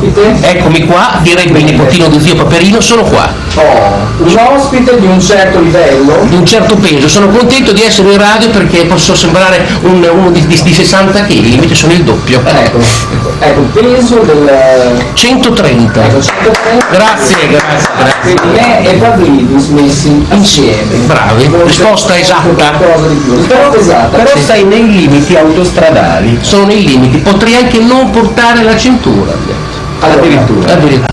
ospite? Eccomi qua, direbbe il nipotino di zio Paperino, sono qua. Un ospite di un certo livello. Di un certo peso, sono contento di essere in radio perché posso sembrare uno di 60 kg, invece sono il doppio. Ecco, il peso del... 130. Ecco, 130. Grazie. Quindi me e Pavlidis messi insieme. Bravi, risposta esatta. Risposta esatta. Però stai nei limiti autostradali. Sono nei limiti, potrei anche non portare la cintura. Addirittura.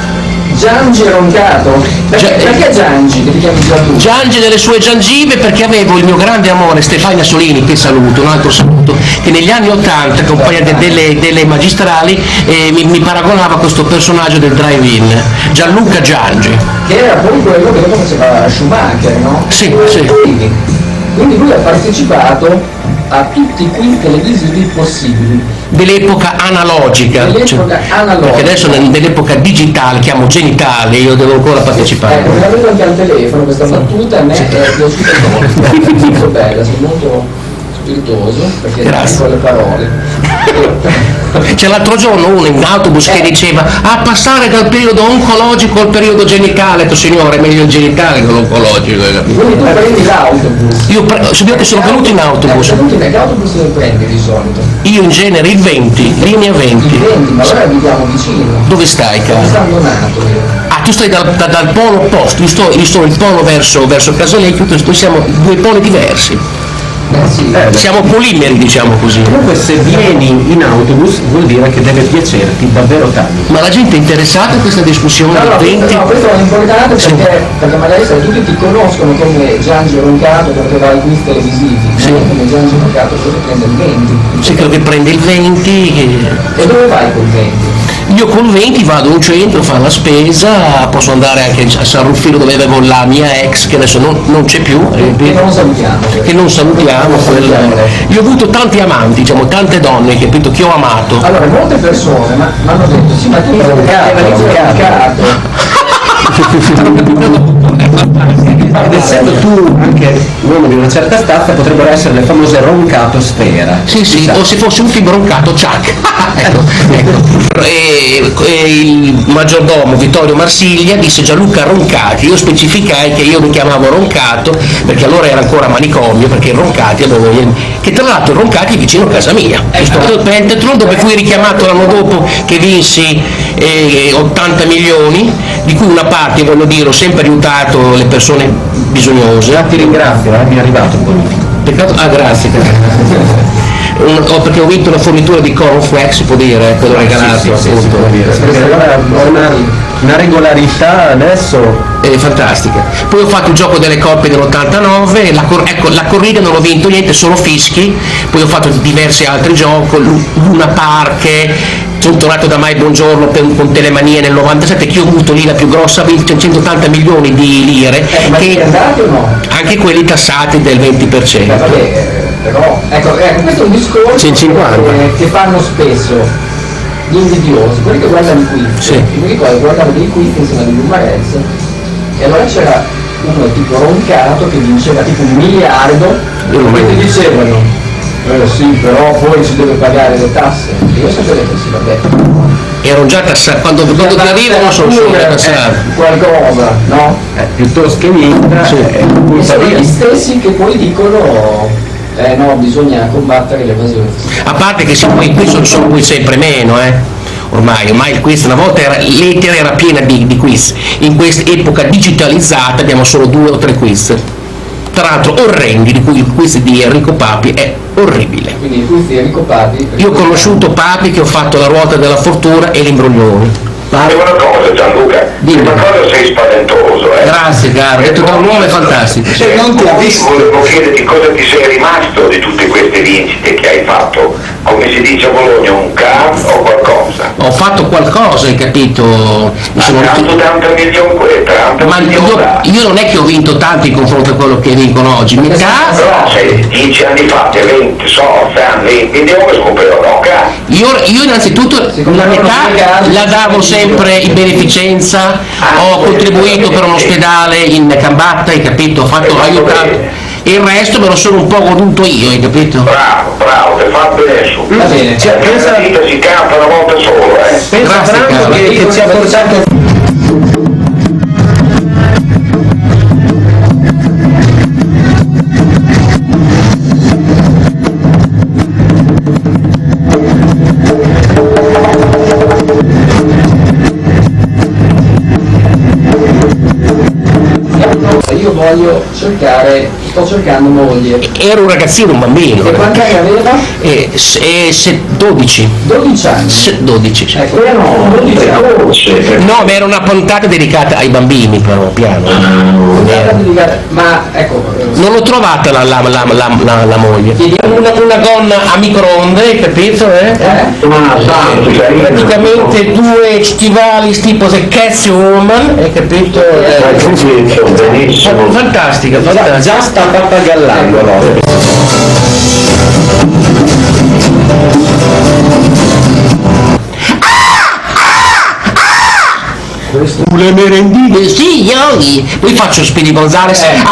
Giangi roncato? Perché Giangi? Che ti chiami già tu? Giangi delle sue giangive perché avevo il mio grande amore Stefania Solini, che saluto, un altro saluto, che negli anni 80, compagna delle magistrali, mi paragonava a questo personaggio del drive-in, Gianluca Giangi. Che era poi quello che dopo faceva Schumacher, no? Sì. Quindi lui ha partecipato a tutti i quiz televisivi possibili. Dell'epoca analogica. Perché adesso nell'epoca digitale, chiamo genitale, io devo ancora partecipare. Ecco, me la vedo anche al telefono questa battuta, a me è piaciuta molto. È molto bella, sei molto spiritoso, perché Grazie. con le parole. C'è l'altro giorno uno in autobus che diceva passare dal periodo oncologico al periodo genitale. Signore, è meglio il genitale che l'oncologico. Quindi tu prendi l'autobus? Io che sono venuto in autobus. Che autobus lo prendi di solito? Io in genere il 20, linea 20. Il 20, ma allora viviamo vicino. Dove stai, cara? Sto Donato. Tu stai dal polo opposto, io sto il polo verso Casalecchio, noi siamo due poli diversi. Sì. Siamo polimeri, diciamo così. Comunque se vieni in autobus vuol dire che deve piacerti davvero tanto. Ma la gente è interessata a questa discussione del 20? No, questo è importante perché magari sai, tutti ti conoscono come Giangi Roncato perché vai ai quiz televisivi, come Giangi Roncato dove prende il 20. Sì, credo che prende il 20. E dove vai col 20? Io col 20 vado in un centro a fare la spesa, posso andare anche a San Ruffino dove avevo la mia ex, che adesso non c'è più. Che non salutiamo. Io ho avuto tanti amanti, diciamo, tante donne che ho amato. Allora, molte persone mi hanno detto, sì, ma tu sei roncato. Ed essendo tu anche uomo di una certa stazza, potrebbero essere le famose roncato sfera. Sì, o se fosse un film roncato, Chuck. ecco. E il maggiordomo Vittorio Marsiglia disse Gianluca Roncati. Io specificai che io mi chiamavo Roncato perché allora era ancora manicomio, perché il Roncati che tra l'altro il Roncati è vicino a casa mia, giusto? Pentathlon, dove fui richiamato l'anno dopo che vinsi 80 milioni, di cui una parte, voglio dire, ho sempre aiutato le persone bisognose. Ti ringrazio, mi è arrivato un bonifico. Peccato, grazie. Perché ho vinto una fornitura di cornflakes, si può dire, quello regalato. Sì, può dire. Allora ho una regolarità adesso fantastica. Poi ho fatto il gioco delle coppe dell'89, la corrida non ho vinto niente, solo fischi. Poi ho fatto diversi altri giochi, Luna Park, sono tornato da Mai Buongiorno con Telemanie nel 97, che io ho avuto lì la più grossa, 180 milioni di lire, che andati o no? Anche quelli tassati del 20%. Però, ecco, questo è un discorso 150. Che fanno spesso gli invidiosi, quelli che guardano i quiz. Sì. Mi ricordo che guardavo dei quiz insieme a Lulu Marezzo e allora c'era uno tipo Roncato che vinceva tipo 1 miliardo e ti dicevano sì, però poi si deve pagare le tasse. E io sapevo che sì, vabbè. Erano già tassati, quando ti arrivano sono già tassati. Qualcosa, no? Piuttosto che niente. Sono gli stessi che poi dicono no, bisogna combattere l'evasione fiscale. A parte che qui sono qui sempre meno, ormai il quiz, una volta l'etere era piena di quiz, in questa epoca digitalizzata abbiamo solo 2 o 3 quiz, tra l'altro orrendi, di cui il quiz di Enrico Papi è orribile. Quindi il quiz di Enrico Papi... Io ho conosciuto Papi, che ho fatto la ruota della fortuna e l'imbroglione. Dimmi una cosa Gianluca, prima cosa sei spaventoso, Grazie caro, hai detto un nome fantastico. Non ti ha visto. Volevo chiederti cosa ti sei rimasto di tutte queste vincite che hai fatto, come si dice a Bologna, un capo o qualcosa? Ho fatto qualcosa, hai capito? Io non è che ho vinto tanto in confronto a quello che vincono oggi, metà... Però se 10 anni fa, 20, 20, vediamo che scoprirò, no? Io innanzitutto la metà la davo sempre in beneficenza, ho contribuito per un ospedale in Cambatta, hai capito? Ho aiutato. e il resto me lo sono un po' goduto io, hai capito? Bravo, te fa benissimo. Va bene, Cioè, pensa la vita si campa una volta solo, Pensa Grazie, Franco Carlo. che ci ha portato. io voglio sto cercando moglie. Era un ragazzino, un bambino. E quanti anni aveva? 12. 12 anni. 12, sì. Ecco, no, 12 anni. No, ma era una puntata dedicata ai bambini, però, piano. Ma ecco, Non l'ho trovata la moglie. Una gonna a microonde, hai capito? Praticamente due stivali tipo The Catwoman, hai capito? Benissimo. Fantastica, fantastica. Già sta pappagallando l'ospite. Le merendine, sì, Yogi. Poi faccio Speedy Gonzales. Arriva,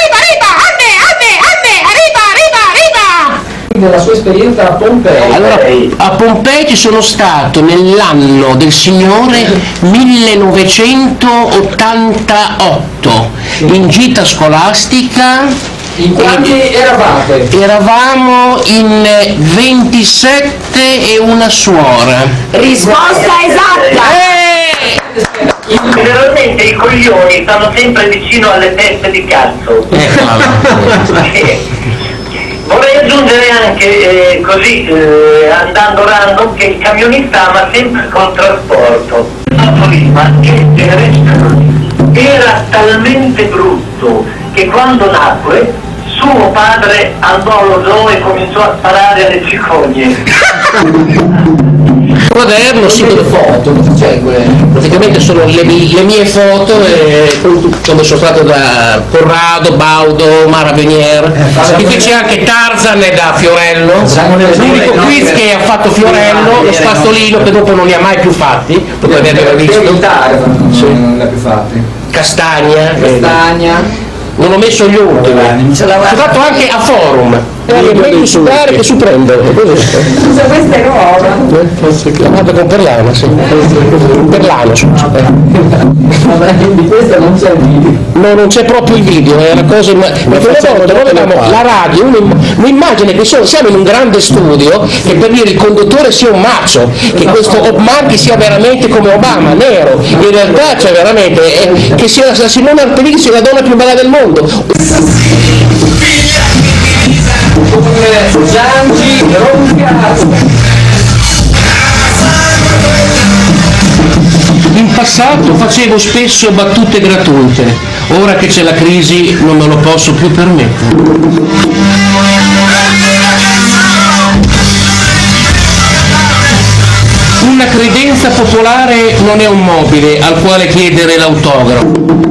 nella sua esperienza a Pompei. Allora, a Pompei ci sono stato nell'anno del Signore 1988 in gita scolastica. In quanti eravate? Eravamo in 27 e una suora. Risposta esatta! Generalmente i coglioni stanno sempre vicino alle teste di cazzo. Vorrei aggiungere anche così, andando random, che il camionista ama sempre col trasporto. Prima che era talmente brutto che quando nacque suo padre andò allo zoo e cominciò a sparare alle cicogne. Quaderno, sì, Le foto, praticamente sono le mie foto quando sono stato da Corrado, Baudo, Mara Venier, e qui c'è anche Tarzan da Fiorello, l'unico quiz che ha fatto Fiorello, lo spazzolino che dopo non li ha mai più fatti, potete averlo visto. non ne ha più fatti. Castagna, non ho messo gli ultimi, sono stato anche a Forum, è meglio su dare che su prendere. Scusa, questa è nuova. Chiamato con Perlano, sì. Perlano, scusa. Di questa non c'è il video. No, non c'è proprio il video, è una cosa. Perché una volta noi avevamo la radio, un'immagine che siamo in un grande studio, che per dire il conduttore sia un macio, che questo Bob Marchi sia veramente come Obama, nero, in realtà c'è veramente, che sia la Simona Arpelini sia la donna più bella del mondo. Con Giangi Roncato. In passato facevo spesso battute gratuite, ora che c'è la crisi non me lo posso più permettere. Una credenza popolare non è un mobile al quale chiedere l'autografo.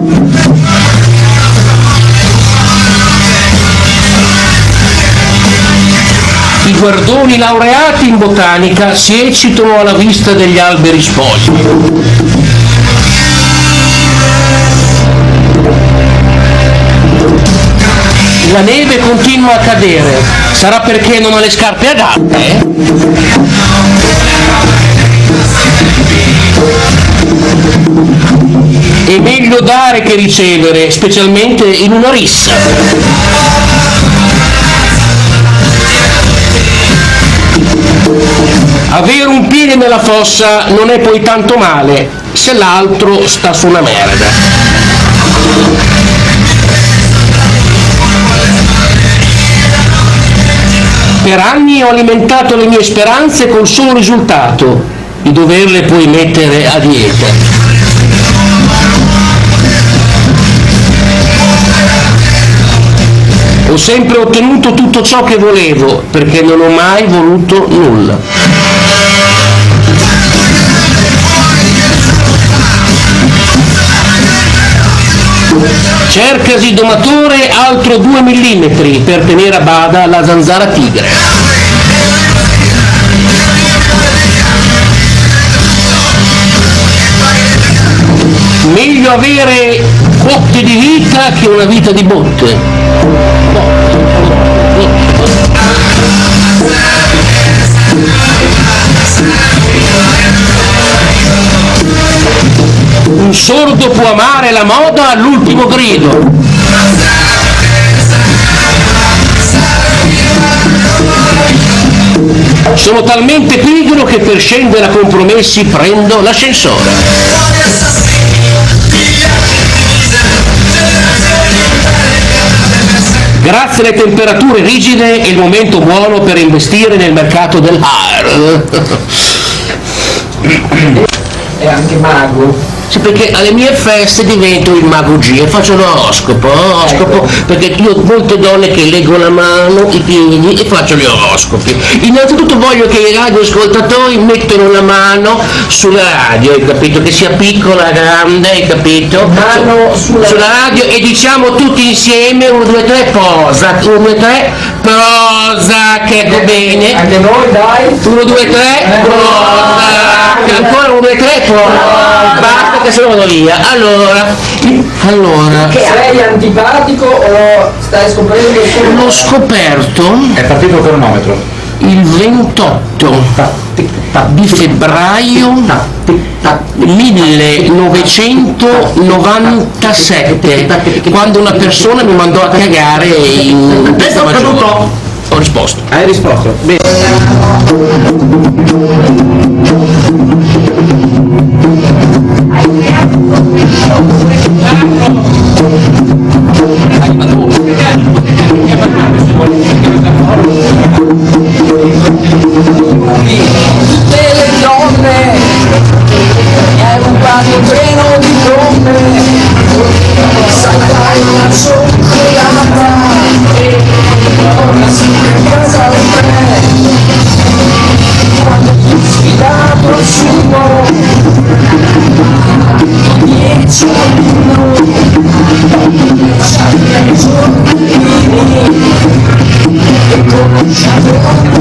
I guardoni laureati in botanica si eccitano alla vista degli alberi spogli. La neve continua a cadere, sarà perché non ho le scarpe adatte? È meglio dare che ricevere, specialmente in una rissa. Avere un piede nella fossa non è poi tanto male, se l'altro sta su una merda. Per anni ho alimentato le mie speranze col solo risultato di doverle poi mettere a dieta. Ho sempre ottenuto tutto ciò che volevo, perché non ho mai voluto nulla. Cercasi domatore altro 2 millimetri per tenere a bada la zanzara tigre. Meglio avere botte di vita che una vita di botte. No. Un sordo può amare la moda all'ultimo grido. Sono talmente pigro che per scendere a compromessi prendo l'ascensore. Grazie alle temperature rigide è il momento buono per investire nel mercato del hard. È anche mago. Sì, perché alle mie feste divento il mago G e faccio l'oroscopo, perché io ho molte donne che leggo la mano, i piedi e faccio gli oroscopi. Innanzitutto voglio che i radioascoltatori mettano la mano sulla radio, hai capito? Che sia piccola, grande, hai capito? Mano sulla radio e diciamo tutti insieme 1, 2, 3 posa, 1, 2, 3 prosa, che ecco bene. Anche noi dai. 1, 2, 3 prosa, ancora 1, 2, 3 prosa, basta che se lo vado via. Allora. Sei antipatico o stai scoprendo che L'ho scoperto. È partito il cronometro. Il 28 di febbraio 1997, quando una persona mi mandò a cagare in Piazza Maggiore. Ho risposto. Hai risposto? Bene. tutte le donne è un vaso pieno di donne, sai dai una cioccolata una casa al tre quando ti sfidato il sumo 10 minuti c'è giorni e conosciamo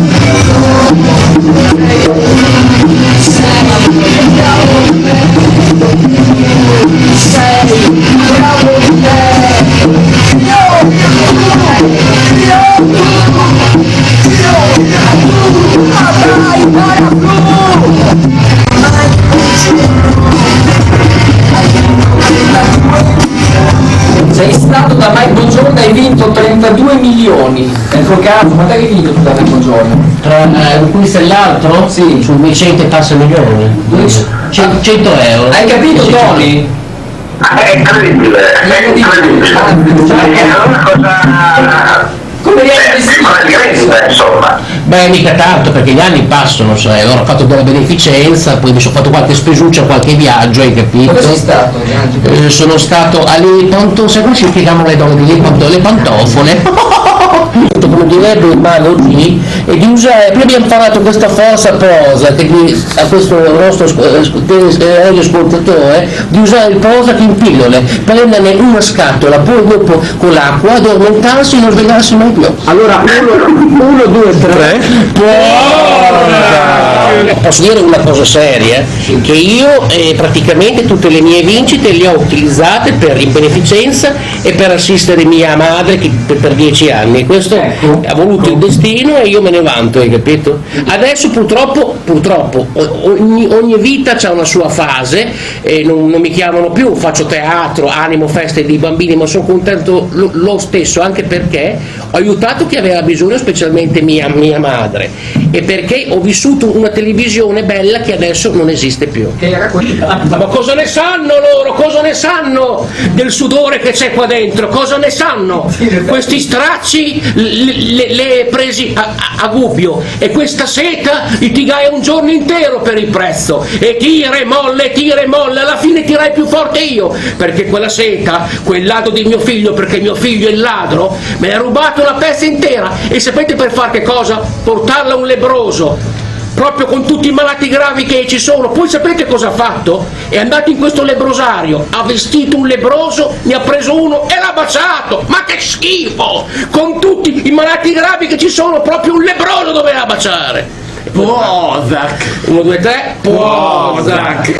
sei stato da Michael Jordan, hai vinto 32 milioni. Ecco cazzo, ma te hai vinto tu da Michael Jordan? Tra questo e l'altro? Sì. Su Vicente passa milioni. 100 euro. Hai capito Tony? È incredibile, è incredibile. Perché allora cosa... Come incredibile, insomma. Beh, mica tanto, perché gli anni passano, sai, allora ho fatto della beneficenza, poi mi sono fatto qualche spesuccia, qualche viaggio, hai capito? Dove sei stato? Sono stato a Lepanto, sai come si chiamano le donne di Lepanto? Le pantofole. Come direbbe il mago G, e di usare, prima abbiamo parlato questa falsa posa che a questo nostro radioascoltatore, di usare il Prozac in pillole, prenderne una scatola, poi dopo con l'acqua addormentarsi e non svegliarsi mai più. Allora, 1, 2, 3. Posso dire una cosa seria? Che io praticamente tutte le mie vincite le ho utilizzate in beneficenza e per assistere mia madre per 10 anni. Questo ha voluto il destino e io me ne vanto, hai capito? Adesso purtroppo ogni vita ha una sua fase e non mi chiamano più, faccio teatro, animo feste di bambini, ma sono contento lo stesso, anche perché ho aiutato chi aveva bisogno, specialmente mia madre, e perché ho vissuto una televisione bella che adesso non esiste più. Ma cosa ne sanno loro? Cosa ne sanno del sudore che c'è qua dentro? Cosa ne sanno? Questi stracci le presi a gubbio, e questa seta ti gai un giorno intero per il prezzo, e tira e molle, alla fine tirai più forte io, perché quella seta, quel ladro di mio figlio, perché mio figlio è il ladro, me ne ha rubato una pezza intera, e sapete per fare che cosa? Portarla a un lebbroso, proprio con tutti i malati gravi che ci sono. Poi sapete cosa ha fatto? È andato in questo lebbrosario, ha vestito un lebbroso, ne ha preso uno e l'ha baciato. Ma che schifo! Con tutti i malati gravi che ci sono, proprio un lebbroso doveva baciare. Prozac. 1, 2, 3, Prozac.